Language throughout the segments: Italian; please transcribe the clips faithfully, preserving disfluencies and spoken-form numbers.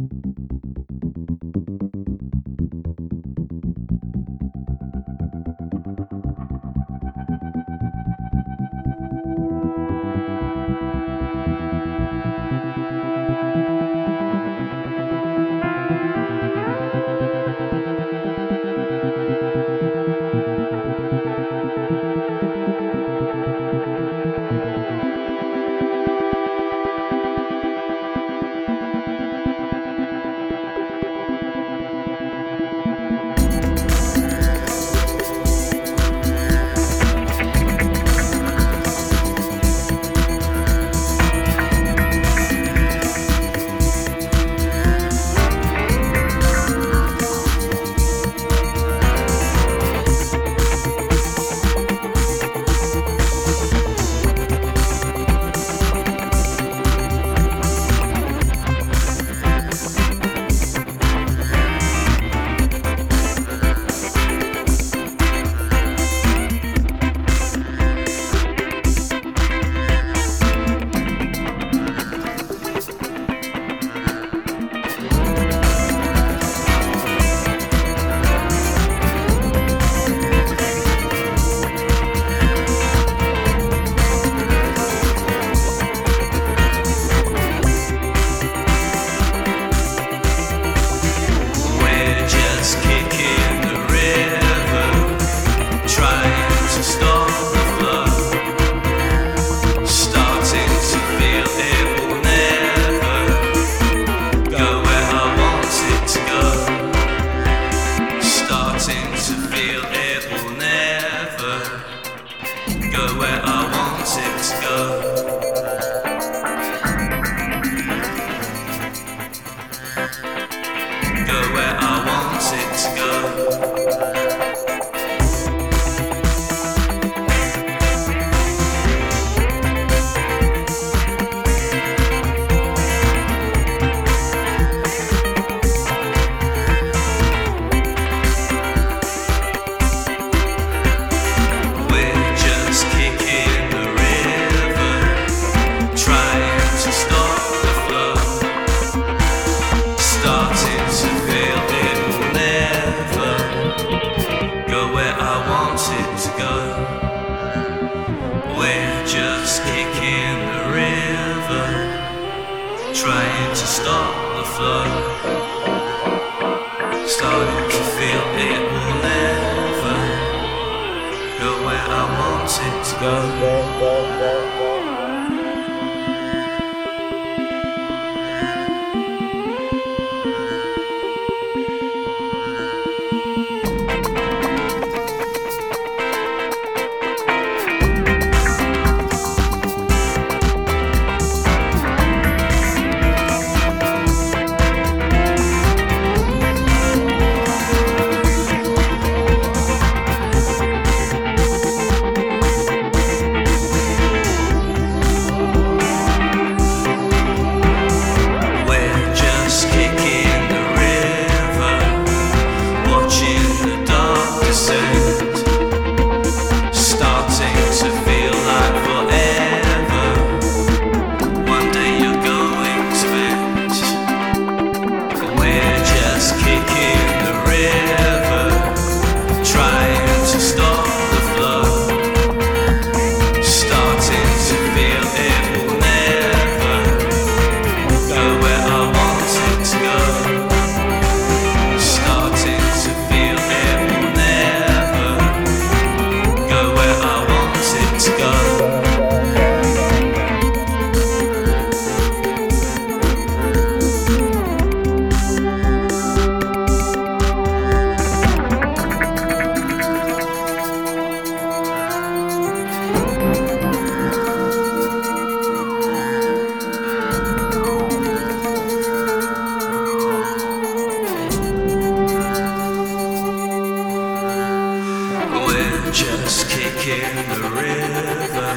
just kicking the river,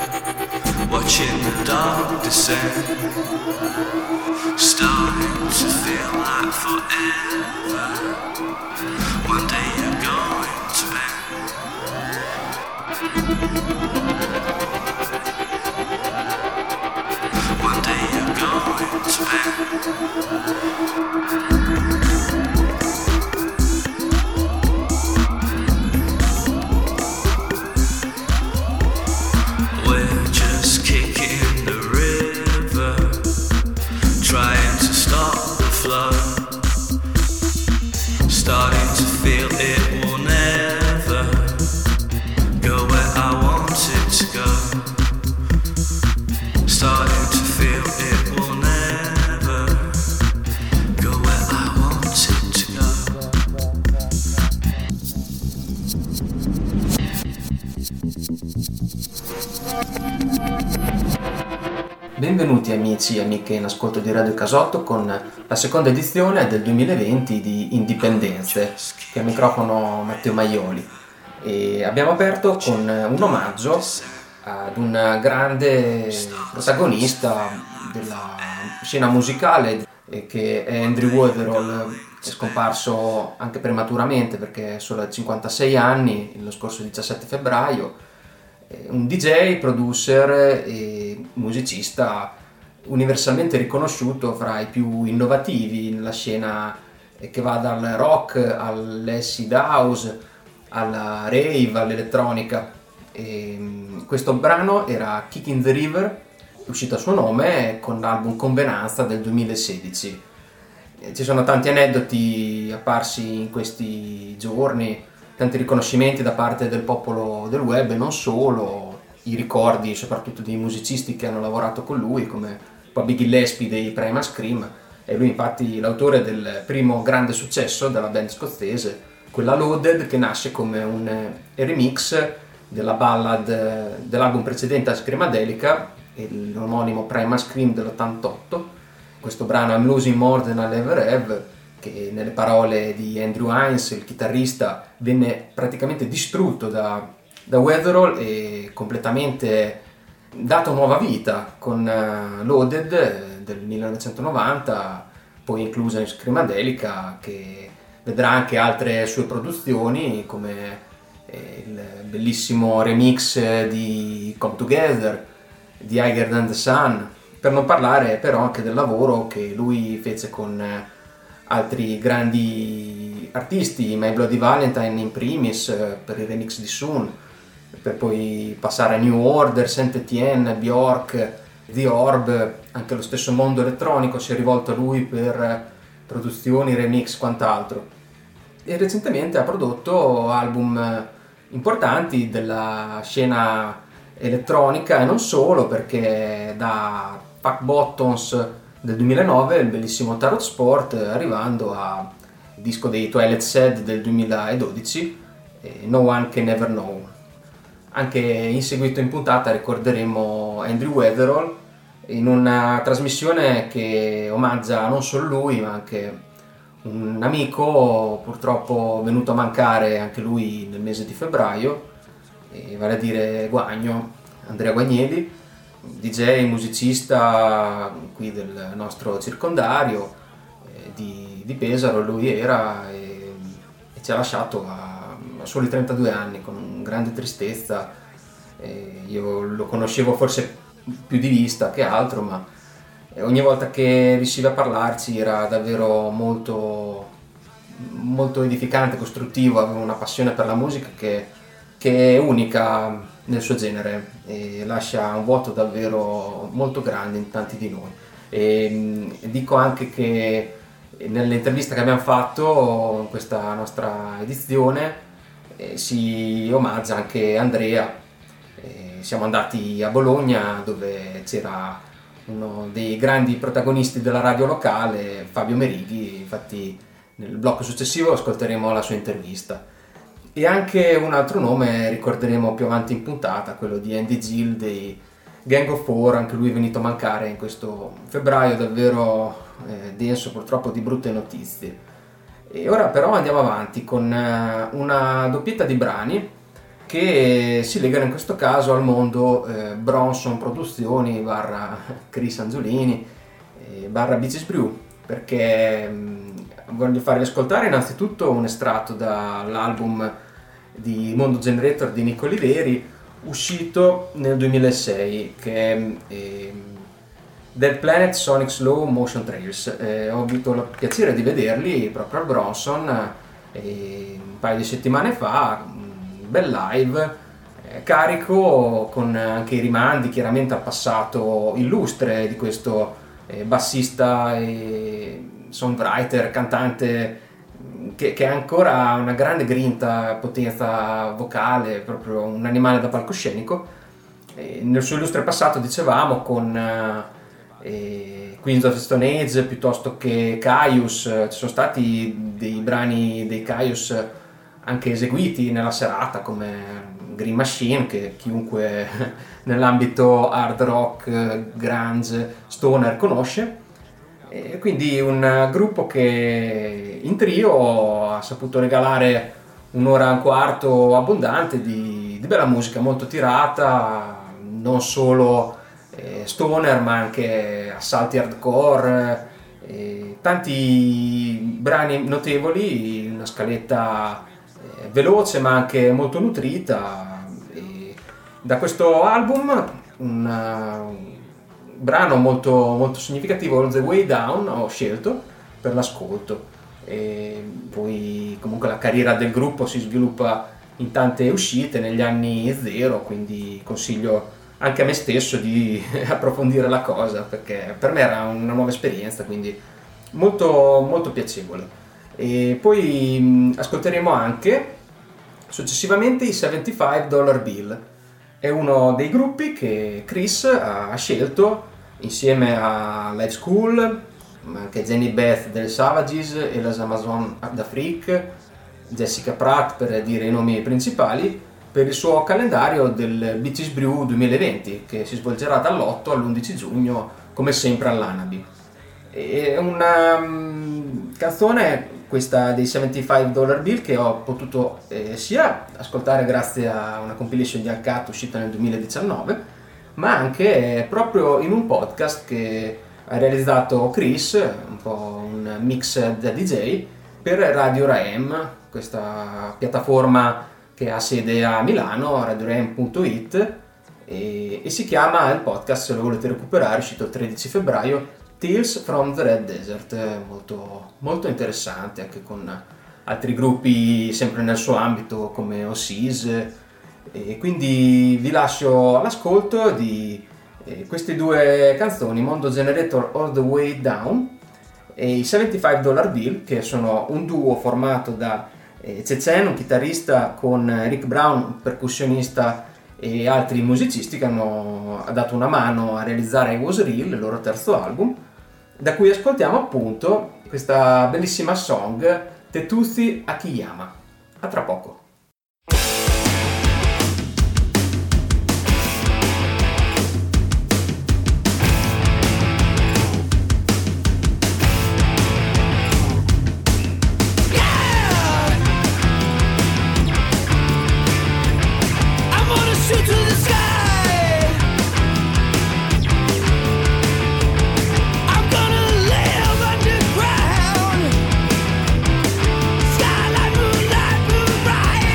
watching the dark descend, starting to feel like forever. One day you're going to end. One day you're going to end. benvenuti amici e amiche in ascolto di Radio Casotto con la seconda edizione del duemilaventi di Indipendenze, che al microfono Matteo Maioli. E abbiamo aperto con un omaggio ad un grande protagonista della scena musicale che è Andrew Weatherall, è scomparso anche prematuramente perché è solo a cinquantasei anni, lo scorso diciassette febbraio. Un D J, producer e musicista universalmente riconosciuto fra i più innovativi nella scena che va dal rock all'acid house alla rave, all'elettronica. E questo brano era Kick in the River, uscito a suo nome con l'album Convenanza del duemilasedici. Ci sono tanti aneddoti apparsi in questi giorni, tanti riconoscimenti da parte del popolo del web e non solo, i ricordi soprattutto di musicisti che hanno lavorato con lui come Bobby Gillespie dei Primal Scream, e lui infatti l'autore del primo grande successo della band scozzese, quella Loaded, che nasce come un remix della ballad dell'album precedente a Screamadelica, l'omonimo Primal Scream dell'ottantotto. Questo brano I'm Losing More Than I'll Ever Have, che nelle parole di Andrew Hines, il chitarrista, venne praticamente distrutto da, da Weatherall e completamente dato nuova vita con uh, Loaded del millenovecentonovanta, poi inclusa in Screamadelica, che vedrà anche altre sue produzioni come eh, il bellissimo remix di Come Together, di Higher Than the Sun, per non parlare però anche del lavoro che lui fece con eh, altri grandi artisti, My Bloody Valentine in primis, per il remix di Soon, per poi passare a New Order, Saint Etienne, Bjork, The Orb. Anche lo stesso mondo elettronico si è rivolto a lui per produzioni, remix, quant'altro. E recentemente ha prodotto album importanti della scena elettronica e non solo, perché da Fuck Buttons del duemilanove, il bellissimo Tarot Sport, arrivando al disco dei Twilight Sad del duemiladodici, eh, No One Can Ever Know. Anche in seguito in puntata ricorderemo Andrew Weatherall in una trasmissione che omaggia non solo lui ma anche un amico purtroppo venuto a mancare anche lui nel mese di febbraio, eh, vale a dire Guagno, Andrea Guagnelli, D J, musicista qui del nostro circondario, eh, di, di Pesaro lui era, e, e ci ha lasciato a, a soli trentadue anni con grande tristezza. Eh, io lo conoscevo forse più di vista che altro, ma ogni volta che riusciva a parlarci era davvero molto, molto edificante, costruttivo, aveva una passione per la musica che, che è unica nel suo genere e lascia un vuoto davvero molto grande in tanti di noi. E, e dico anche che nell'intervista che abbiamo fatto in questa nostra edizione eh, si omaggia anche Andrea. Eh, siamo andati a Bologna dove c'era uno dei grandi protagonisti della radio locale, Fabio Merighi, infatti nel blocco successivo ascolteremo la sua intervista. E anche un altro nome ricorderemo più avanti in puntata, quello di Andy Gill dei Gang of Four, anche lui è venuto a mancare in questo febbraio davvero eh, denso purtroppo di brutte notizie. E ora però andiamo avanti con eh, una doppietta di brani che si legano in questo caso al mondo eh, Bronson Produzioni barra Chris Angiolini eh, barra Beaches Brew, perché mh, voglio farvi ascoltare innanzitutto un estratto dall'album di Mondo Generator di Nico Oliveri, uscito nel duemilasei, che è eh, Dead Planet Sonic Slow Motion Trails. Eh, ho avuto il piacere di vederli proprio al Bronson eh, un paio di settimane fa, un bel live, eh, carico con anche i rimandi chiaramente al passato illustre di questo eh, bassista e songwriter, cantante che, che ha ancora una grande grinta, potenza vocale, proprio un animale da palcoscenico. E nel suo illustre passato, dicevamo, con eh, Queens of the Stone Age piuttosto che Caius, ci sono stati dei brani dei Caius anche eseguiti nella serata come Green Machine, che chiunque nell'ambito hard rock, grunge, stoner conosce. E quindi un gruppo che in trio ha saputo regalare un'ora e un quarto abbondante di, di bella musica, molto tirata, non solo eh, stoner ma anche assalti hardcore, eh, tanti brani notevoli, una scaletta eh, veloce ma anche molto nutrita. E da questo album un, un brano molto, molto significativo, All the Way Down, ho scelto per l'ascolto. E poi comunque la carriera del gruppo si sviluppa in tante uscite negli anni zero, quindi consiglio anche a me stesso di approfondire la cosa, perché per me era una nuova esperienza, quindi molto, molto piacevole. E poi mh, ascolteremo anche successivamente i settantacinque Dollar Bill. È uno dei gruppi che Chris ha scelto insieme a Live School, ma anche Jenny Beth delle Savages e les Amazons d'Afrique, Jessica Pratt per dire i nomi principali, per il suo calendario del Beaches Brew duemilaventi, che si svolgerà dall'otto all'undici giugno, come sempre all'Anabi. È una um, canzone, questa dei settantacinque Dollar Bill, che ho potuto eh, sia ascoltare grazie a una compilation di Uncut uscita nel duemiladiciannove, ma anche eh, proprio in un podcast che ha realizzato Chris, un po' un mix da D J, per Radio Raem, questa piattaforma che ha sede a Milano, radio raem punto it, e, e si chiama il podcast, se lo volete recuperare, è uscito il tredici febbraio, Tales from the Red Desert, molto, molto interessante, anche con altri gruppi sempre nel suo ambito come Oasis, e quindi vi lascio all'ascolto di eh, queste due canzoni, Mondo Generator All the Way Down e i settantacinque Dollar Bill, che sono un duo formato da eh, Chechen, un chitarrista, con Rick Brown, un percussionista, e altri musicisti che hanno dato una mano a realizzare I Was Real, il loro terzo album, da cui ascoltiamo appunto questa bellissima song Tetsuji Akiyama. A tra poco. Skyline, moonlight, moon bright.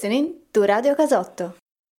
listening to Radio Casotto.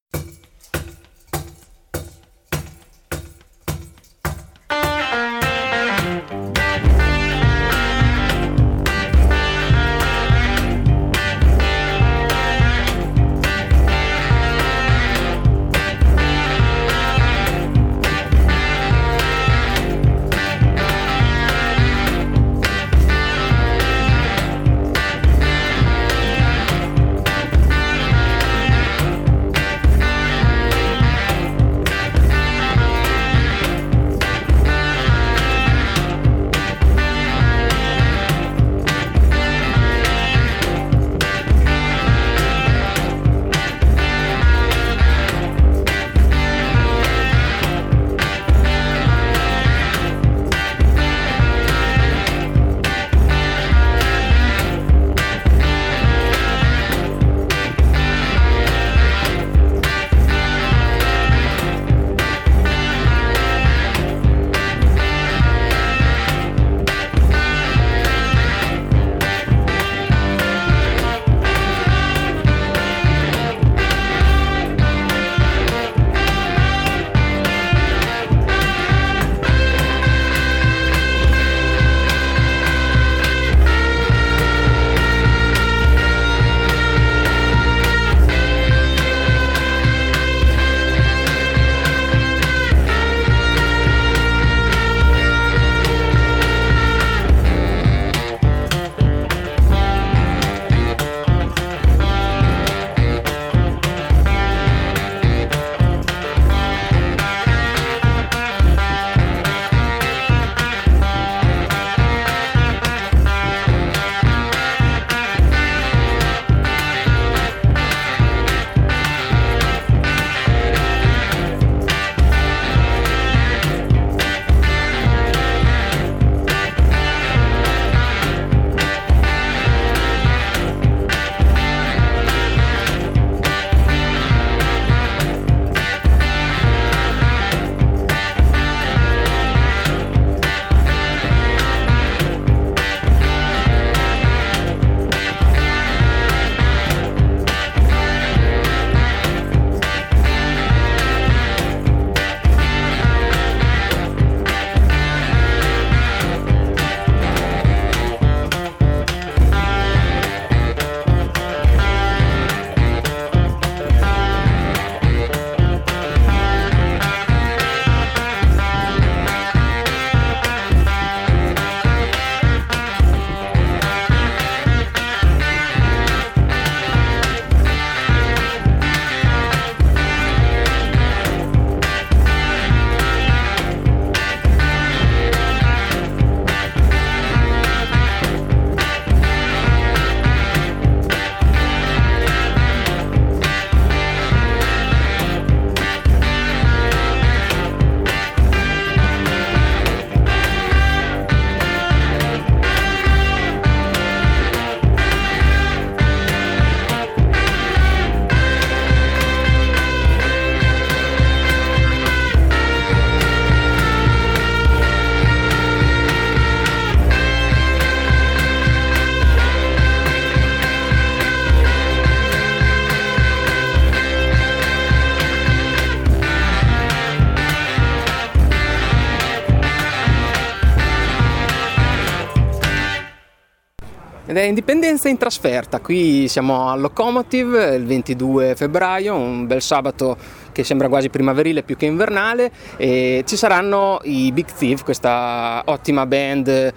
Ed è Indipendenza in trasferta. Qui siamo al Locomotive il ventidue febbraio, un bel sabato che sembra quasi primaverile più che invernale, e ci saranno i Big Thief, questa ottima band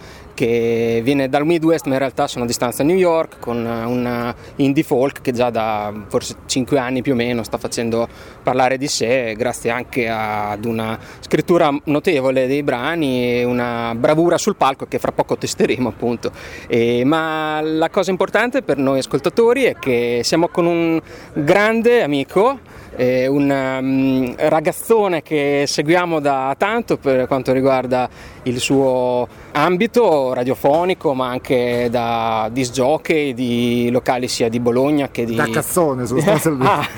che viene dal Midwest ma in realtà sono a distanza a New York, con un indie folk che già da forse cinque anni più o meno sta facendo parlare di sé, grazie anche ad una scrittura notevole dei brani e una bravura sul palco che fra poco testeremo appunto. E, ma la cosa importante per noi ascoltatori è che siamo con un grande amico, eh, un um, ragazzone che seguiamo da tanto per quanto riguarda il suo ambito radiofonico, ma anche da disc jockey di locali sia di Bologna che di... Da cazzone sostanzialmente. ah,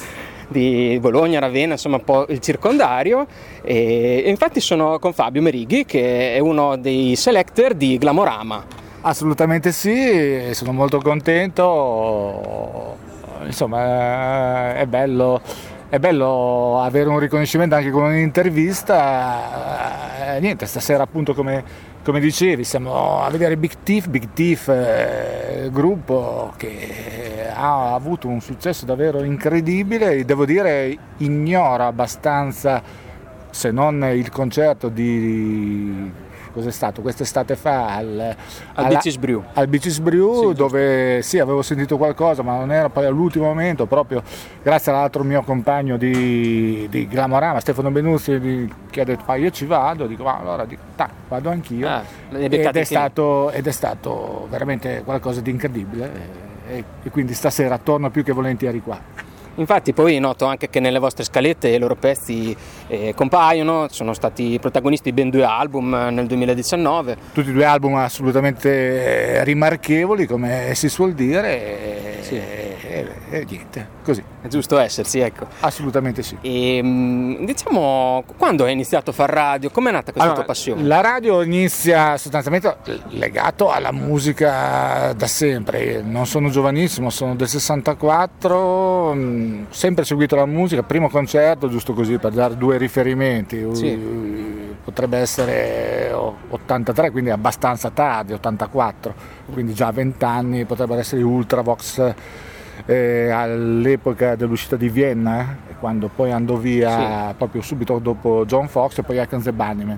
di Bologna, Ravenna, insomma un po' il circondario, e, e infatti sono con Fabio Merighi, che è uno dei selector di Glamorama. Assolutamente sì, sono molto contento. insomma è bello, è bello avere un riconoscimento anche con un'intervista. Eh, niente, stasera appunto come, come dicevi siamo a vedere Big Thief, Big Thief eh, gruppo che ha avuto un successo davvero incredibile, devo dire ignora abbastanza, se non il concerto di cos'è stato quest'estate fa al, al Beaches Brew, al Beaches Brew sì, dove sì avevo sentito qualcosa ma non era poi all'ultimo momento, proprio grazie all'altro mio compagno di, di Glamorama, Stefano Benuzzi, che ha detto ah, io ci vado, dico ma allora dico, tac, vado anch'io ah, ed, è stato, ed è stato veramente qualcosa di incredibile e, e quindi stasera torno più che volentieri qua. Infatti poi noto anche che nelle vostre scalette i loro pezzi eh, compaiono, sono stati protagonisti di ben due album nel duemiladiciannove. Tutti e due album assolutamente rimarchevoli, come si suol dire, sì. e, e, e niente, così. È giusto essersi, ecco. Assolutamente sì. E diciamo, quando hai iniziato a far radio? Com'è nata questa allora, tua passione? La radio inizia sostanzialmente legato alla musica da sempre, non sono giovanissimo, sono del sessantaquattro, sempre seguito la musica, primo concerto, giusto così per dare due riferimenti, sì. Potrebbe essere ottantatré, quindi abbastanza tardi, ottantaquattro, quindi già vent'anni, potrebbero essere Ultravox eh, all'epoca dell'uscita di Vienna, eh, quando poi andò via sì. proprio subito dopo John Fox e poi Icons the Bunnymen.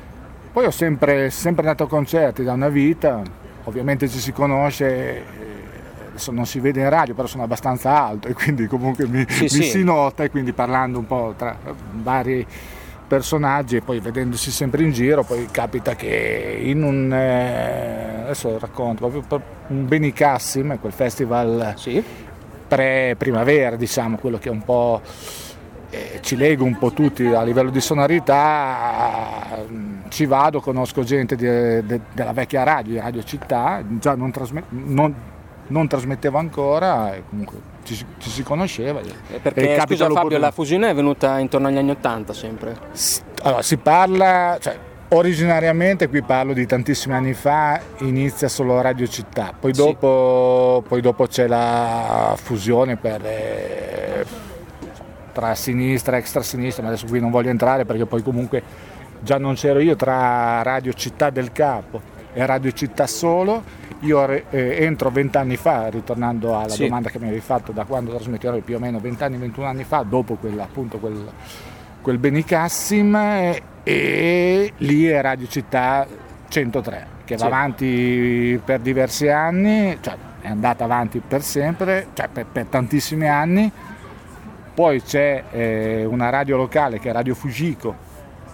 Poi ho sempre, sempre andato a concerti da una vita, ovviamente ci si conosce, adesso non si vede in radio, però sono abbastanza alto e quindi comunque mi, sì, mi sì. si nota, e quindi parlando un po' tra vari personaggi e poi vedendosi sempre in giro, poi capita che in un, eh, adesso racconto, proprio per un Benicassim, quel festival sì. pre-primavera, diciamo, quello che un po' eh, ci lega un po' tutti a livello di sonorità, ci vado, conosco gente di, de, della vecchia radio, di Radio Città, già non trasmetto, non, non trasmettevo ancora e comunque ci, ci si conosceva. Eh perché scusa Fabio, la fusione è venuta intorno agli anni ottanta sempre? Allora si parla, cioè, originariamente qui parlo di tantissimi anni fa, inizia solo Radio Città, poi dopo, sì. poi dopo c'è la fusione per, eh, tra sinistra e extra sinistra, ma adesso qui non voglio entrare perché poi comunque già non c'ero io, tra Radio Città del Capo e Radio Città solo. Io eh, entro vent'anni fa, ritornando alla sì. domanda che mi avevi fatto, da quando trasmetterò, più o meno vent'anni, ventuno anni fa, dopo quella, appunto quel, quel Benicassim, e, e lì è Radio Città centotré, che va sì. avanti per diversi anni, cioè è andata avanti per sempre, cioè per, per tantissimi anni. Poi c'è eh, una radio locale che è Radio Fujiko,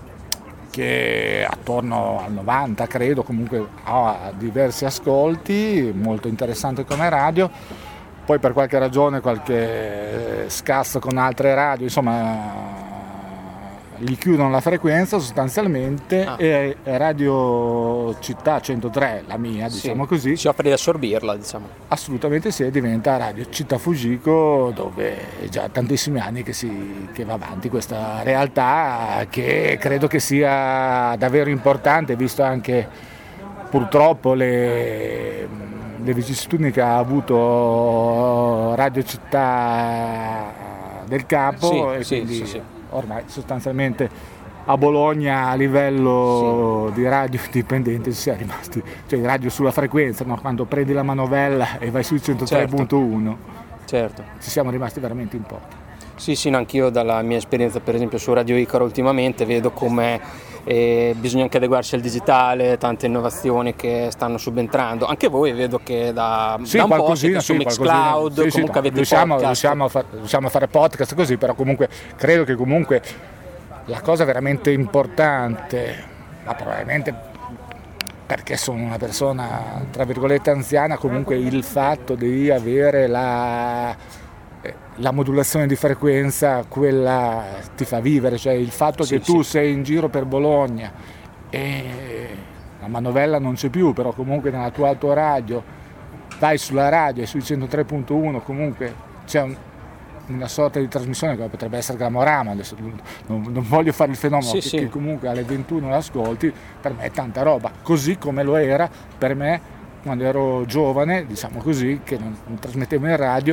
che attorno al novanta credo comunque ha diversi ascolti, molto interessante come radio. Poi per qualche ragione, qualche scasso con altre radio, insomma gli chiudono la frequenza sostanzialmente ah. e Radio Città centotré, la mia, diciamo sì. così, si offre di assorbirla, diciamo. Assolutamente sì, diventa Radio Città Fujiko, dove è già tantissimi anni che, si, che va avanti questa realtà, che credo che sia davvero importante, visto anche purtroppo le, le vicissitudini che ha avuto Radio Città del Capo, sì, e sì, quindi sì, sì. ormai sostanzialmente a Bologna a livello sì. di radio indipendente si è rimasti, cioè radio sulla frequenza, no? Quando prendi la manovella e vai sui centotré virgola uno, certo. ci siamo rimasti veramente in pochi. Sì, sì, anch'io dalla mia esperienza per esempio su Radio Icaro ultimamente vedo come eh, bisogna anche adeguarsi al digitale, tante innovazioni che stanno subentrando. Anche voi vedo che da, sì, da un po' siete su sì, Mixcloud, sì, comunque sì, avete riusciamo, podcast. Riusciamo a, far, riusciamo a fare podcast così, però comunque credo che comunque la cosa veramente importante, ma probabilmente perché sono una persona tra virgolette anziana, comunque il fatto di avere la, la modulazione di frequenza, quella ti fa vivere, cioè il fatto sì, che tu sì. sei in giro per Bologna e la manovella non c'è più, però comunque nella tua autoradio vai sulla radio e sui centotré virgola uno comunque c'è un, una sorta di trasmissione che potrebbe essere Glamorama, adesso non, non voglio fare il fenomeno, sì, che, sì. che comunque alle ventuno l'ascolti, per me è tanta roba, così come lo era per me quando ero giovane, diciamo così, che non, non trasmettevo in radio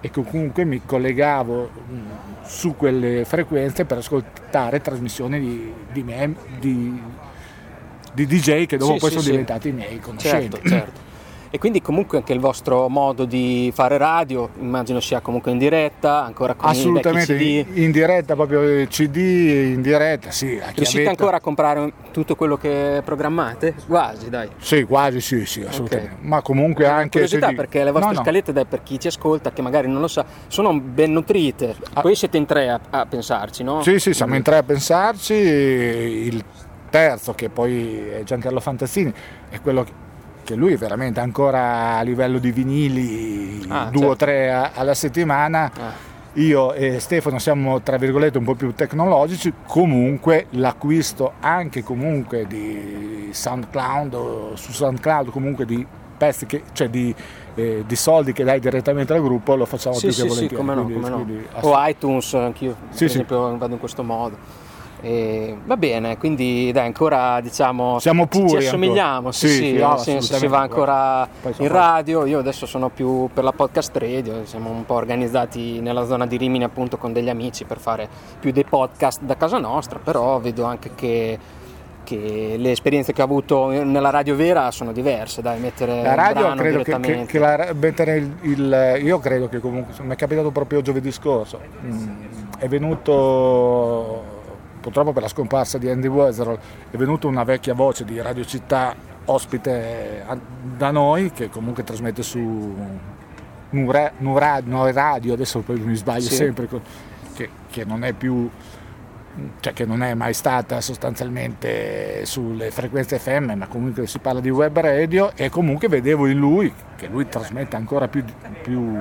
e che comunque mi collegavo su quelle frequenze per ascoltare trasmissioni di, di me, di, di D J che dopo Sì, poi sì, sono sì. diventati i miei conoscenti. Certo, certo. E quindi comunque anche il vostro modo di fare radio, immagino sia comunque in diretta, ancora con Assolutamente, i vecchi C D. in, in diretta, proprio C D in diretta, sì. La Riuscite chiavetta. ancora a comprare tutto quello che programmate? Quasi, dai. Sì, quasi sì, sì, assolutamente. Ok. Ma comunque Una anche... curiosità, C D. perché le vostre No, no. scalette, dai, per chi ci ascolta, che magari non lo sa, sono ben nutrite. Ah. Poi siete in tre a, a pensarci, no? Sì, sì, siamo in tre a pensarci. Il terzo, che poi è Giancarlo Fantazzini, è quello che, che lui è veramente ancora a livello di vinili, Ah, due certo. o tre a- alla settimana. Ah. Io e Stefano siamo tra virgolette un po' più tecnologici, comunque l'acquisto anche comunque di SoundCloud, o su SoundCloud comunque di pezzi, che, cioè di, eh, di soldi che dai direttamente al gruppo, lo facciamo Sì, più sì, che sì, volentieri. come no, quindi- come no. quindi O iTunes, anch'io per Sì, sì. esempio vado in questo modo. E va bene, quindi dai, ancora diciamo Siamo ci- ci puri assomigliamo, ancora. sì, Sì, sì, sì, nel no, senso si assolutamente. va ancora Poi sono in radio. Io adesso sono più per la podcast radio, siamo un po' organizzati nella zona di Rimini appunto con degli amici per fare più dei podcast da casa nostra, però vedo anche che che le esperienze che ho avuto nella radio vera sono diverse, dai, mettere La un radio brano credo che, direttamente. che, che la, mettere il, il- io credo che comunque mi è capitato proprio giovedì scorso, mm, è venuto purtroppo per la scomparsa di Andy Weatherall, è venuta una vecchia voce di Radio Città ospite a- da noi, che comunque trasmette su Nura, Nura, Noi Radio, adesso poi mi sbaglio Sì. sempre, con- che, che non è più, cioè che non è mai stata sostanzialmente sulle frequenze F M, ma comunque si parla di web radio, e comunque vedevo in lui, che lui trasmette ancora più, più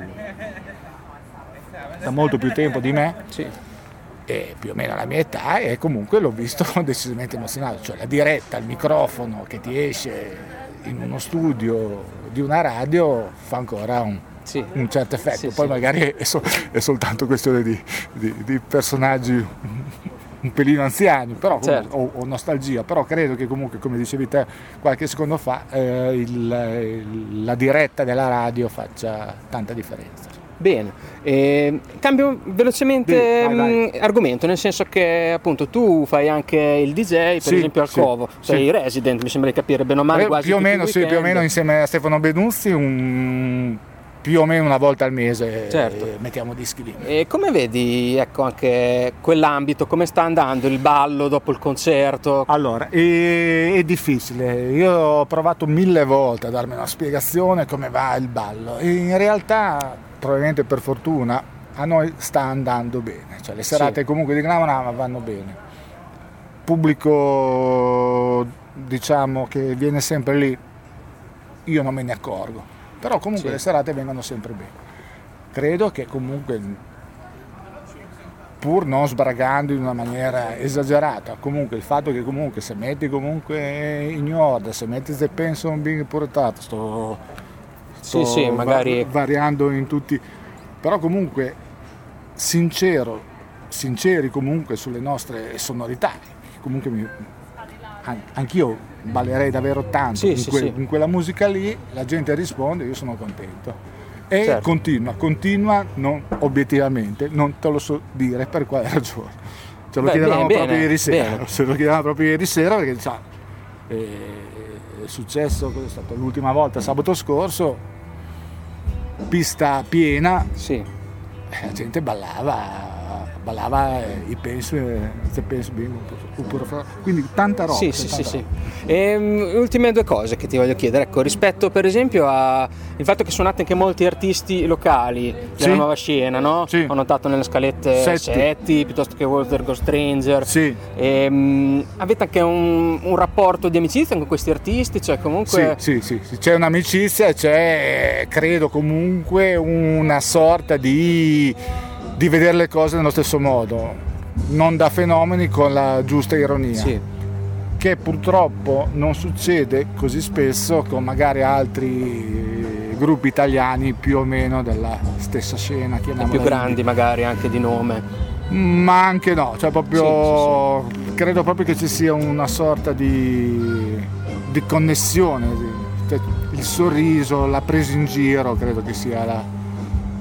da molto più tempo di me, Sì. e più o meno la mia età, e comunque l'ho visto decisamente emozionato, cioè la diretta, il microfono che ti esce in uno studio di una radio fa ancora un, Sì. un certo effetto. Sì, Poi sì. magari è, so- è soltanto questione di, di- di personaggi un pelino anziani, però comunque, Certo. o, o nostalgia, però credo che comunque, come dicevi te qualche secondo fa, eh, il- il- la diretta della radio faccia tanta differenza. Bene, eh, cambio velocemente Sì, vai, vai. mh, argomento, nel senso che appunto tu fai anche il D J, per Sì, esempio al sì, Covo, sei sì. resident, mi sembra di capire bene o male, Eh, quasi più o tutti i meno, sì, più o weekend. meno insieme a Stefano Benuzzi, un- più o meno una volta al mese, Certo. eh, mettiamo dischi lì. E come vedi, ecco, anche quell'ambito, come sta andando il ballo dopo il concerto? Allora, è, è difficile, io ho provato mille volte a darmi una spiegazione come va il ballo, e in realtà, probabilmente per fortuna, a noi sta andando bene, cioè le serate Sì. comunque di Granama vanno bene. Pubblico, diciamo, che viene sempre lì, io non me ne accorgo, però comunque Sì. le serate vengono sempre bene. Credo che comunque, pur non sbragando in una maniera esagerata, comunque il fatto che comunque se metti comunque in order, se metti The Penson Being Portato, sto, sto Sì, sì, va- magari- variando in tutti, però comunque sincero, sinceri comunque sulle nostre sonorità, comunque mi, an- anch'io ballerei davvero tanto Sì, in, sì, que- sì. in quella musica lì, la gente risponde, io sono contento. E Certo. continua, continua non, obiettivamente, non te lo so dire per quale ragione. Ce lo Beh, chiedevamo bene, proprio bene, ieri sera, bene. ce lo chiedevamo proprio ieri sera perché sa, eh, è successo, cosa è stato l'ultima volta, sabato scorso, pista piena, Sì. la gente ballava, ballava eh, i pensi, se pensi bene, oppure fra- quindi tanta roba. Sì, c'è sì, tanta sì, sì. roba. E, um, ultime due cose che ti voglio chiedere, ecco, rispetto per esempio al fatto che suonate anche molti artisti locali della Sì. nuova scena, no? Sì. Ho notato nelle scalette Setti. Setti, piuttosto che Walter Go Stranger. Sì. E, um, avete anche un, un rapporto di amicizia con questi artisti, cioè comunque... Sì, sì, sì, sì, c'è un'amicizia, c'è credo comunque una sorta di, di vedere le cose nello stesso modo, non da fenomeni, con la giusta ironia, Sì. che purtroppo non succede così spesso con magari altri gruppi italiani più o meno della stessa scena, chiamiamola più indie. grandi magari anche di nome. Ma anche no, cioè proprio Sì, credo proprio che ci sia una sorta di, di connessione, di- cioè il sorriso, la presa in giro, credo che sia la,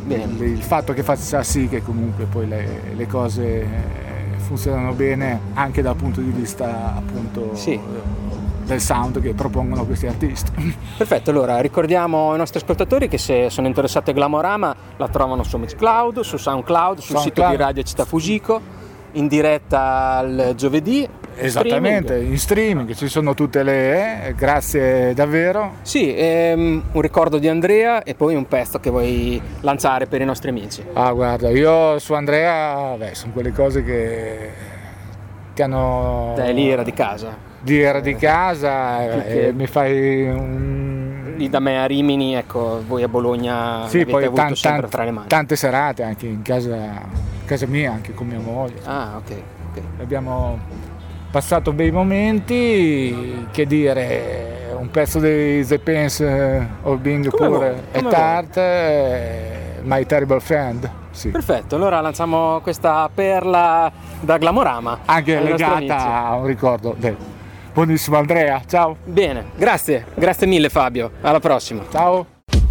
il, il fatto che faccia sì che comunque poi le, le cose funzionano bene anche dal punto di vista appunto sì. del sound che propongono questi artisti. Perfetto, allora ricordiamo ai nostri ascoltatori che se sono interessati a Glamorama la trovano su Mixcloud, su SoundCloud, sul SoundCloud. sito di Radio Città Fujiko, in diretta il giovedì. Esattamente, streaming. In streaming ci sono tutte le... Eh, grazie davvero. Sì, ehm, un ricordo di Andrea e poi un pezzo che vuoi lanciare per i nostri amici. Ah guarda, io su Andrea, beh, sono quelle cose che, che hanno... Dai, lì era di casa. Lì era di casa, eh, mi fai un... Lì da me a Rimini, ecco, voi a Bologna sì, l'avete poi avuto tan- sempre tan- tra le mani. Tante serate anche in casa, casa mia, anche con mia moglie. Ah, ok, ok. Abbiamo passato bei momenti, che dire, un pezzo dei The Pains of Being Poor e Tart, My Terrible Friend. Sì. Perfetto, allora lanciamo questa perla da Glamorama. Anche legata a un ricordo del buonissimo Andrea, ciao. Bene, grazie, grazie mille Fabio, alla prossima. Ciao.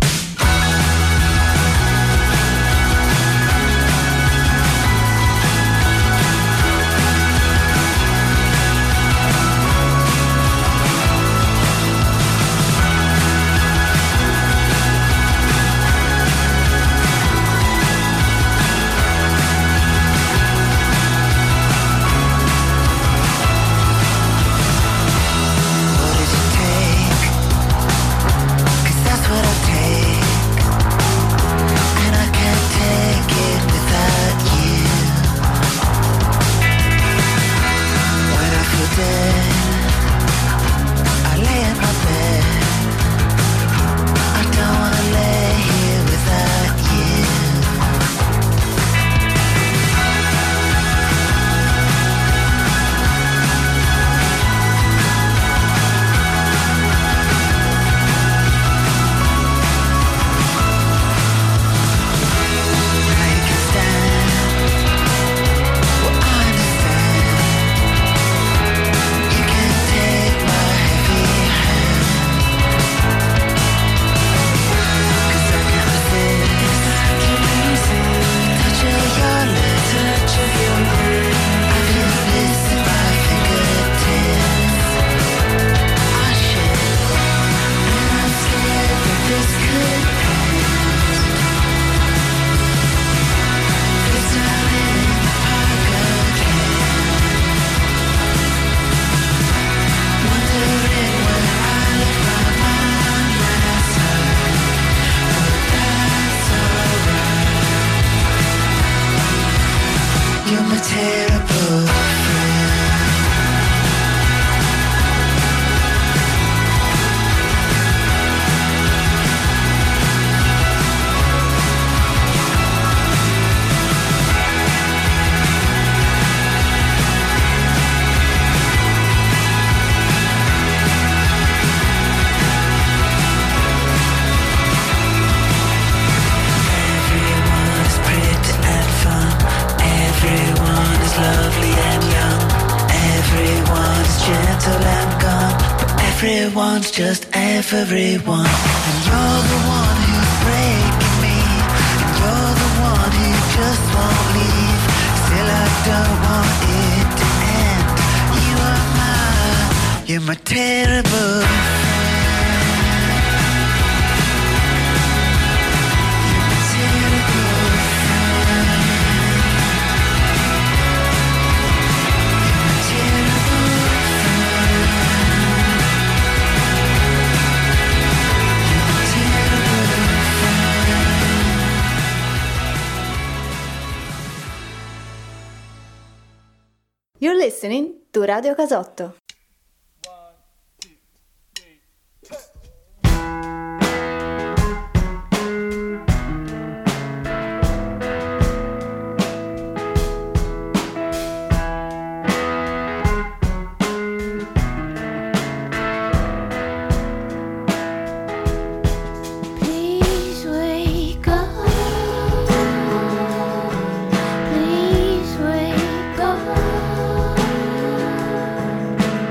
Everyone's just everyone, and you're the one who's breaking me, and you're the one who just won't leave. Still I don't want it to end. You are my, you're my terrible friend. You're my terrible friend. You're my terrible You're listening to Radio Casotto. Please wake up. Please wake up.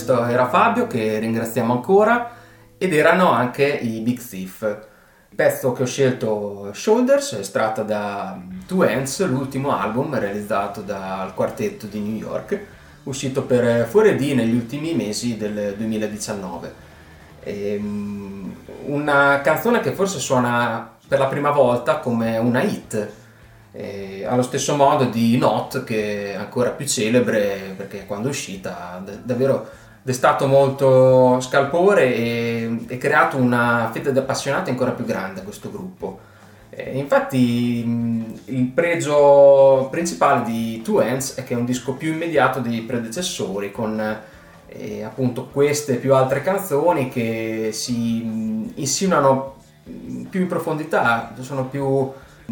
questo era Fabio, che ringraziamo ancora, ed erano anche i Big Thief. Il pezzo che ho scelto, Shoulders, è estratto da Two Hands, l'ultimo album realizzato dal quartetto di New York, uscito per four D negli ultimi mesi del duemiladiciannove. Ehm, una canzone che forse suona per la prima volta come una hit, eh, allo stesso modo di Not, che è ancora più celebre perché quando è uscita ha d- davvero destato molto scalpore e, e creato una fetta di appassionati ancora più grande a questo gruppo. Eh, infatti mh, il pregio principale di Two Hands è che è un disco più immediato dei predecessori, con eh, appunto queste più altre canzoni che si mh, insinuano più in profondità, sono più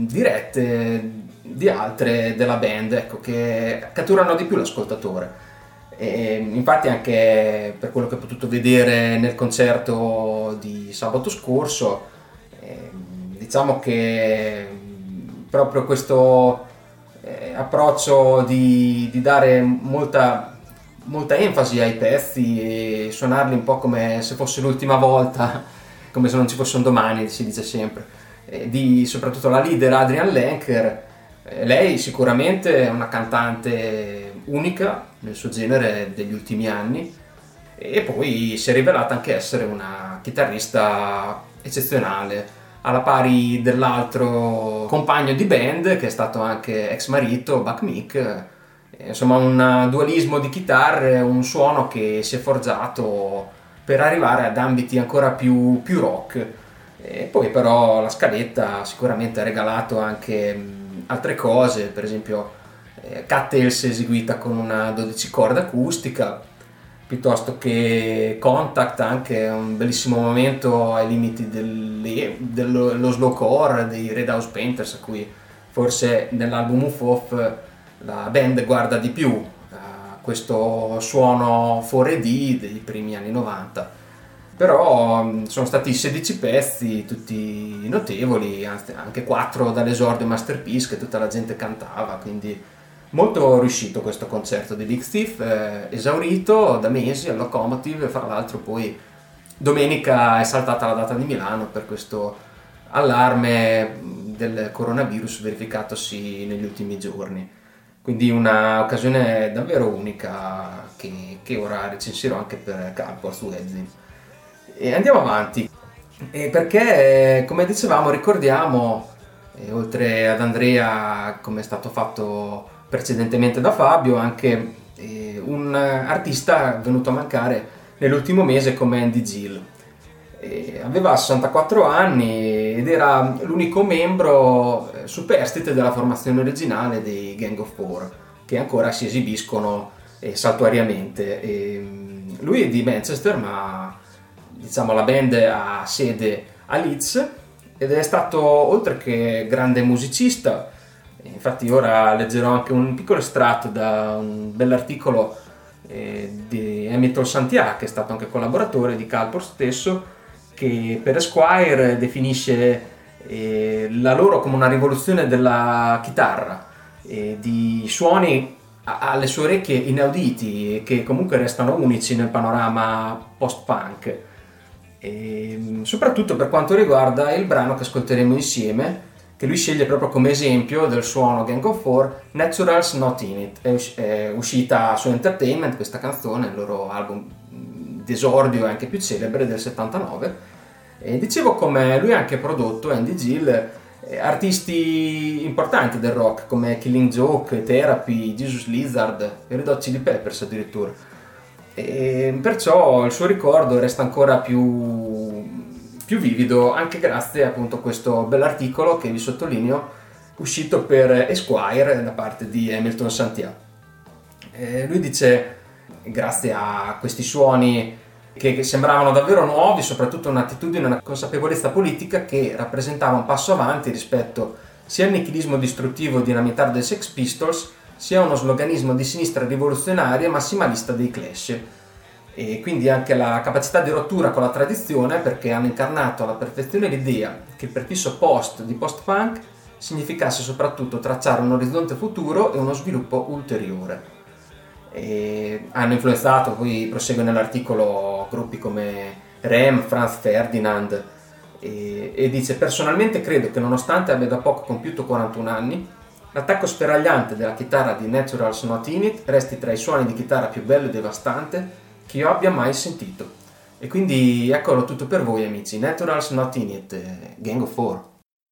dirette di altre della band, ecco, che catturano di più l'ascoltatore. E infatti anche per quello che ho potuto vedere nel concerto di sabato scorso, eh, diciamo che proprio questo eh, approccio di, di dare molta, molta enfasi ai pezzi e suonarli un po' come se fosse l'ultima volta, come se non ci fosse un domani, si dice sempre, eh, di soprattutto la leader Adrian Lenker. Eh, lei sicuramente è una cantante unica nel suo genere degli ultimi anni, e poi si è rivelata anche essere una chitarrista eccezionale, alla pari dell'altro compagno di band che è stato anche ex marito, Buck Meek. Eh, insomma, un dualismo di chitarre, un suono che si è forgiato per arrivare ad ambiti ancora più, più rock. E poi però la scaletta sicuramente ha regalato anche mh, altre cose, per esempio eh, Cattails eseguita con una dodici corde acustica, piuttosto che Contact, anche un bellissimo momento ai limiti delle, dello slowcore dei Red House Painters, a cui forse nell'album Uff Off la band guarda di più, questo suono four D dei primi anni novanta. Però sono stati sedici pezzi, tutti notevoli, anche quattro dall'esordio Masterpiece che tutta la gente cantava, quindi molto riuscito questo concerto di Big Thief, eh, esaurito da mesi al Locomotive. Fra l'altro poi domenica è saltata la data di Milano per questo allarme del coronavirus verificatosi negli ultimi giorni. Quindi una occasione davvero unica che, che ora recensirò anche per Calport Wedding. E andiamo avanti, e perché come dicevamo ricordiamo, eh, oltre ad Andrea, come è stato fatto precedentemente da Fabio, anche eh, un artista venuto a mancare nell'ultimo mese come Andy Gill. Eh, aveva sessantaquattro anni ed era l'unico membro eh, superstite della formazione originale dei Gang of Four, che ancora si esibiscono eh, saltuariamente. E, lui è di Manchester, ma diciamo la band ha sede a Leeds, ed è stato, oltre che grande musicista, infatti ora leggerò anche un piccolo estratto da un bell'articolo eh, di Hamilton Santiago, che è stato anche collaboratore di Calport stesso, che per Esquire definisce eh, la loro come una rivoluzione della chitarra, eh, di suoni a- alle sue orecchie inauditi, che comunque restano unici nel panorama post-punk. E soprattutto per quanto riguarda il brano che ascolteremo insieme, che lui sceglie proprio come esempio del suono Gang of Four, Natural's Not In It. È, us- è uscita su Entertainment questa canzone, il loro album d'esordio e anche più celebre del settantanove. E dicevo come lui ha anche prodotto, Andy Gill, eh, artisti importanti del rock come Killing Joke, Therapy, Jesus Lizard e Red Hot Chili Peppers addirittura. E perciò il suo ricordo resta ancora più, più vivido, anche grazie appunto a questo bell'articolo che vi sottolineo, uscito per Esquire da parte di Hamilton Santiago. E lui dice, grazie a questi suoni che, che sembravano davvero nuovi, soprattutto un'attitudine e una consapevolezza politica che rappresentava un passo avanti rispetto sia al nichilismo distruttivo e dinamitario dei Sex Pistols, sia uno sloganismo di sinistra rivoluzionaria e massimalista dei Clash, e quindi anche la capacità di rottura con la tradizione, perché hanno incarnato alla perfezione l'idea che il prefisso post di post-punk significasse soprattutto tracciare un orizzonte futuro e uno sviluppo ulteriore. E hanno influenzato, poi prosegue nell'articolo, gruppi come Rem, Franz Ferdinand, e, e dice: personalmente credo che nonostante abbia da poco compiuto quarantuno anni, l'attacco sferagliante della chitarra di Natural's Not In It resti tra i suoni di chitarra più bello e devastante che io abbia mai sentito. E quindi eccolo tutto per voi, amici. Natural's Not In It, Gang of Four.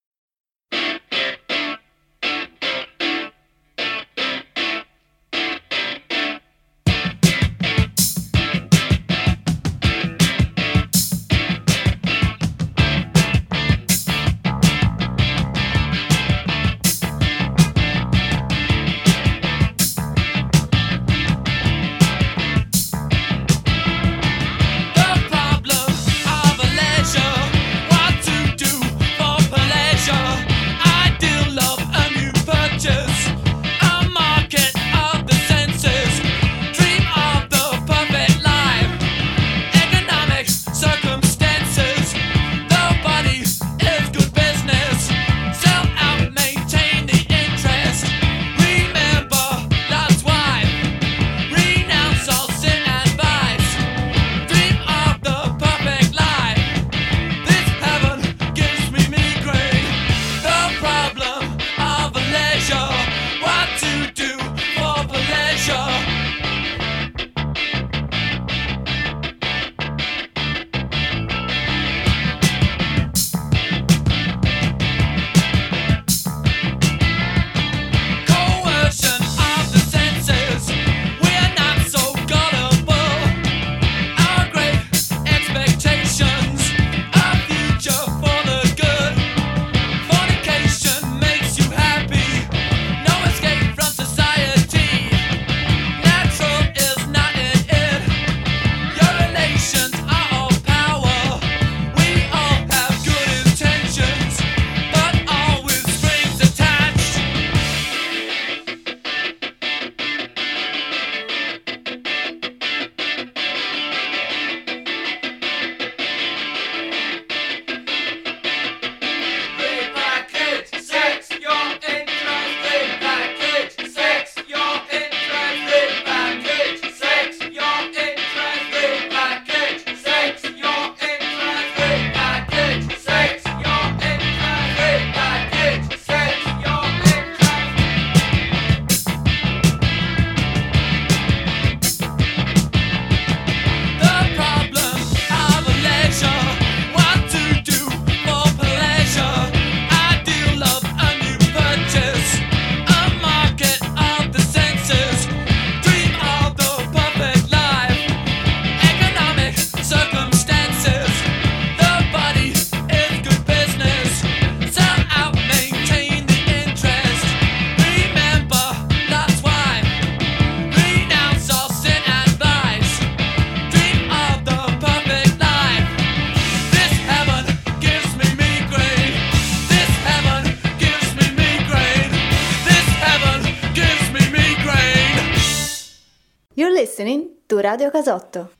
You're listening to Radio Casotto.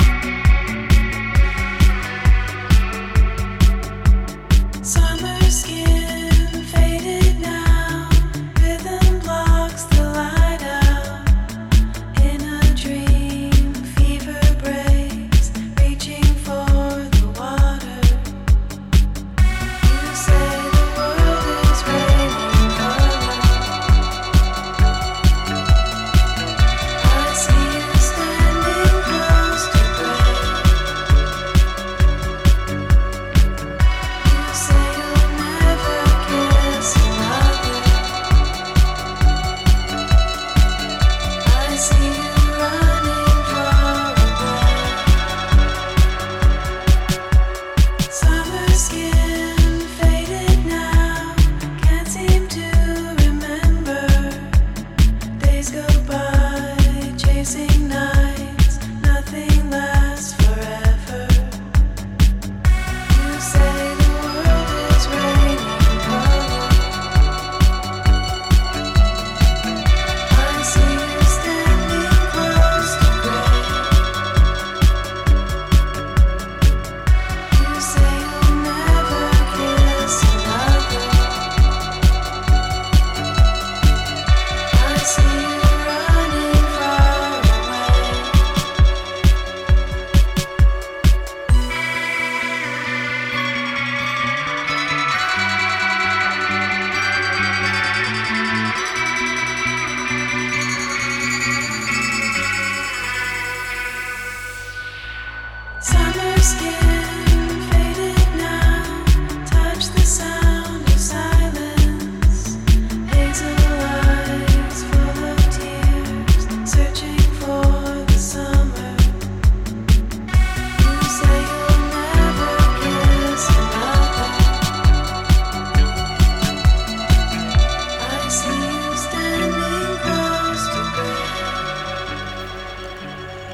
Summer skin.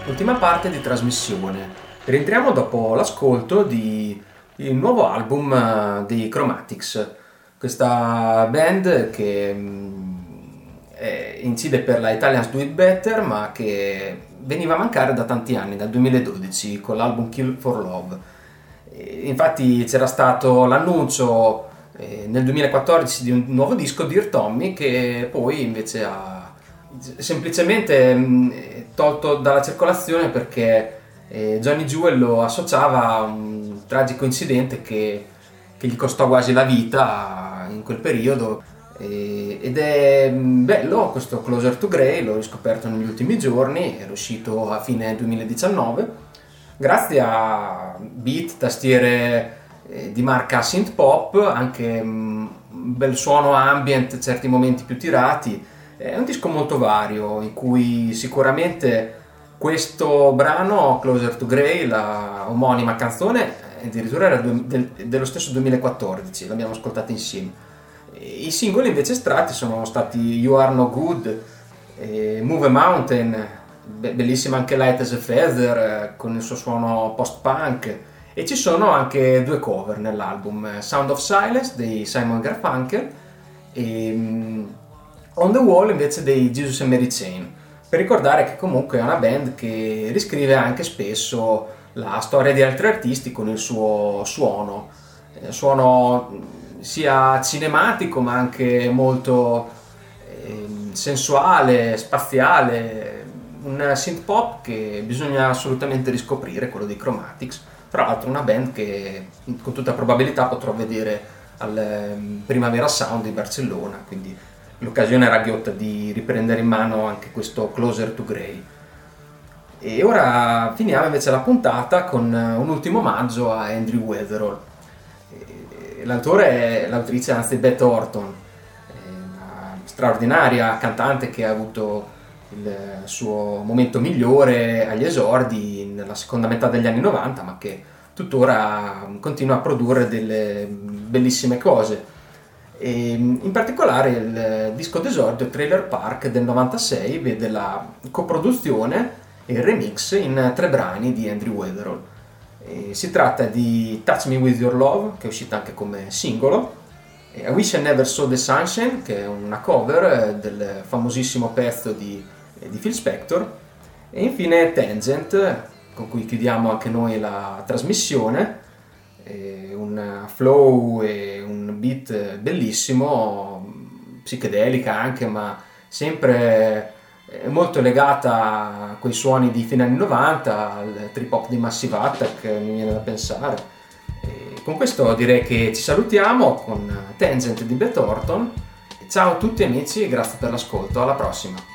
ultima parte di trasmissione. Rientriamo dopo l'ascolto di il nuovo album uh, dei Chromatics, questa band che mh, è, incide per la Italians Do It Better, ma che veniva a mancare da tanti anni, dal duemiladodici con l'album Kill for Love. E infatti c'era stato l'annuncio eh, nel duemilaquattordici di un nuovo disco, Dear Tommy, che poi invece ha semplicemente mh, tolto dalla circolazione perché eh, Johnny Jewel lo associava a un tragico incidente che, che gli costò quasi la vita in quel periodo, eh, ed è bello questo Closer to Grey, l'ho riscoperto negli ultimi giorni, era uscito a fine duemiladiciannove grazie a beat, tastiere eh, di marca synth pop, anche un bel suono ambient, certi momenti più tirati. È un disco molto vario in cui sicuramente questo brano, Closer to Grey, la omonima canzone, addirittura era del, dello stesso duemilaquattordici, l'abbiamo ascoltata insieme. I singoli invece estratti sono stati You Are No Good, eh, Move a Mountain, be- bellissima anche Light as a Feather eh, con il suo suono post-punk, e ci sono anche due cover nell'album, Sound of Silence dei Simon Garfunkel e um, On the Wall invece dei Jesus and Mary Chain, per ricordare che comunque è una band che riscrive anche spesso la storia di altri artisti con il suo suono, eh, suono sia cinematico ma anche molto eh, sensuale, spaziale, un synth pop che bisogna assolutamente riscoprire, quello dei Chromatics. Tra l'altro una band che con tutta probabilità potrò vedere al Primavera Sound di Barcellona, quindi l'occasione era ghiotta di riprendere in mano anche questo Closer to Grey. E ora finiamo invece la puntata con un ultimo omaggio a Andrew Weatherall. L'autore è l'autrice, anzi Beth Orton, una straordinaria cantante che ha avuto il suo momento migliore agli esordi nella seconda metà degli anni novanta, ma che tuttora continua a produrre delle bellissime cose. E in particolare il disco d'esordio Trailer Park del novantasei vede la coproduzione e il remix in tre brani di Andrew Weatherall. E si tratta di Touch Me With Your Love, che è uscita anche come singolo, I Wish I Never Saw the Sunshine, che è una cover del famosissimo pezzo di, di Phil Spector, e infine Tangent, con cui chiudiamo anche noi la trasmissione, un flow e un beat bellissimo, psichedelica anche, ma sempre molto legata a quei suoni di fine anni novanta, al trip hop di Massive Attack, mi viene da pensare. E con questo direi che ci salutiamo con Tangent di Beth Orton. Ciao a tutti amici e grazie per l'ascolto, alla prossima.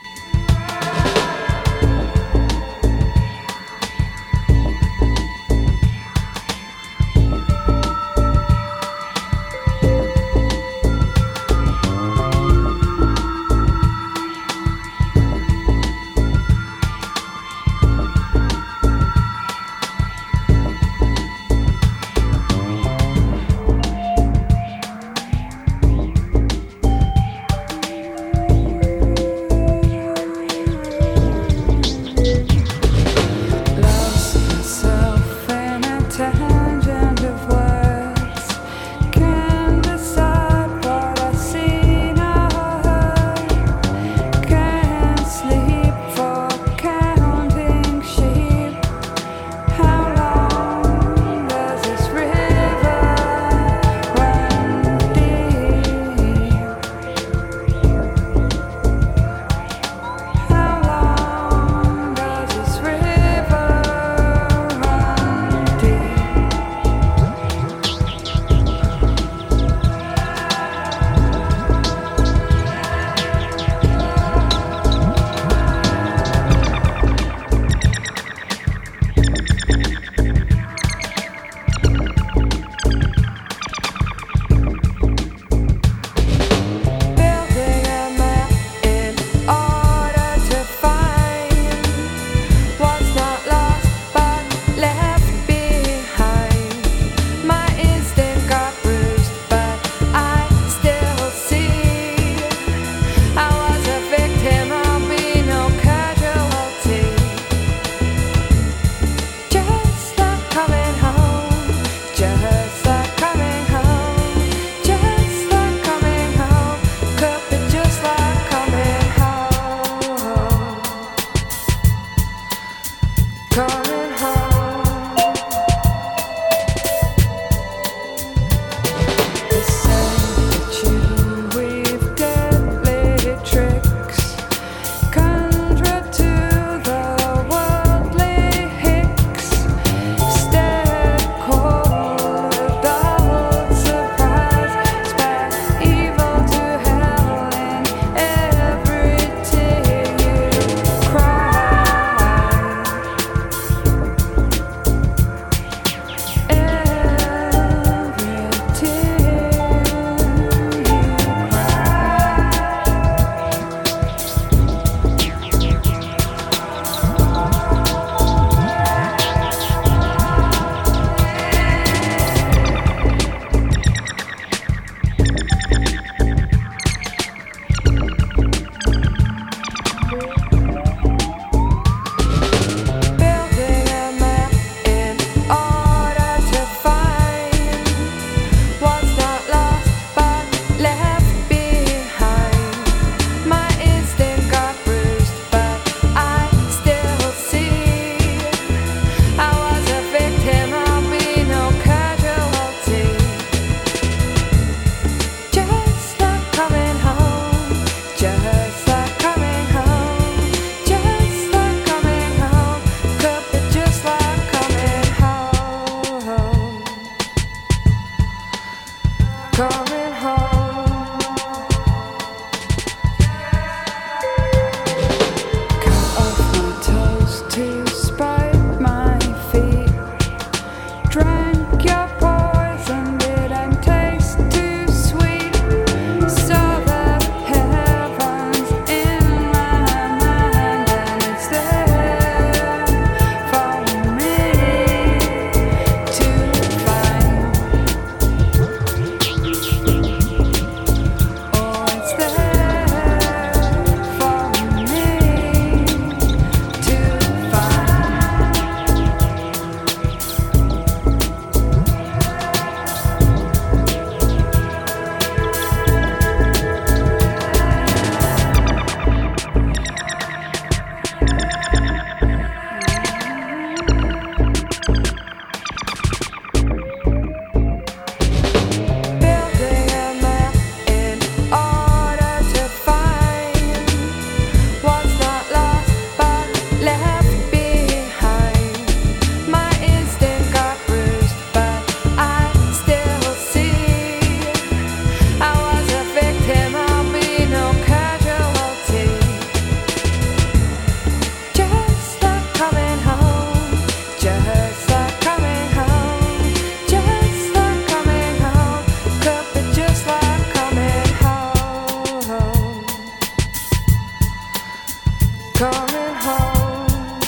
coming home.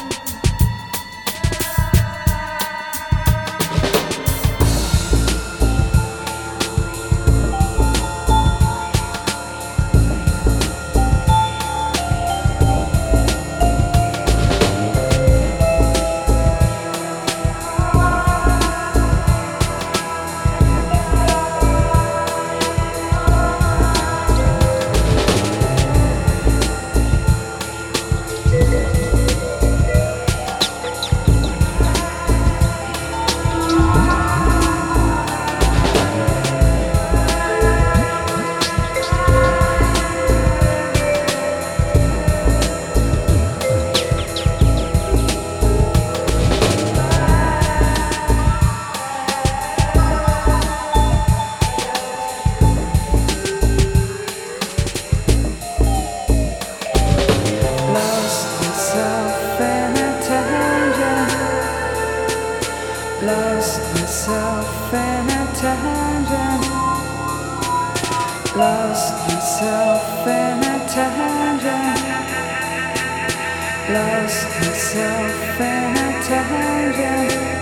Lost myself in a tangent. Lost myself in a tangent. Lost myself in a tangent.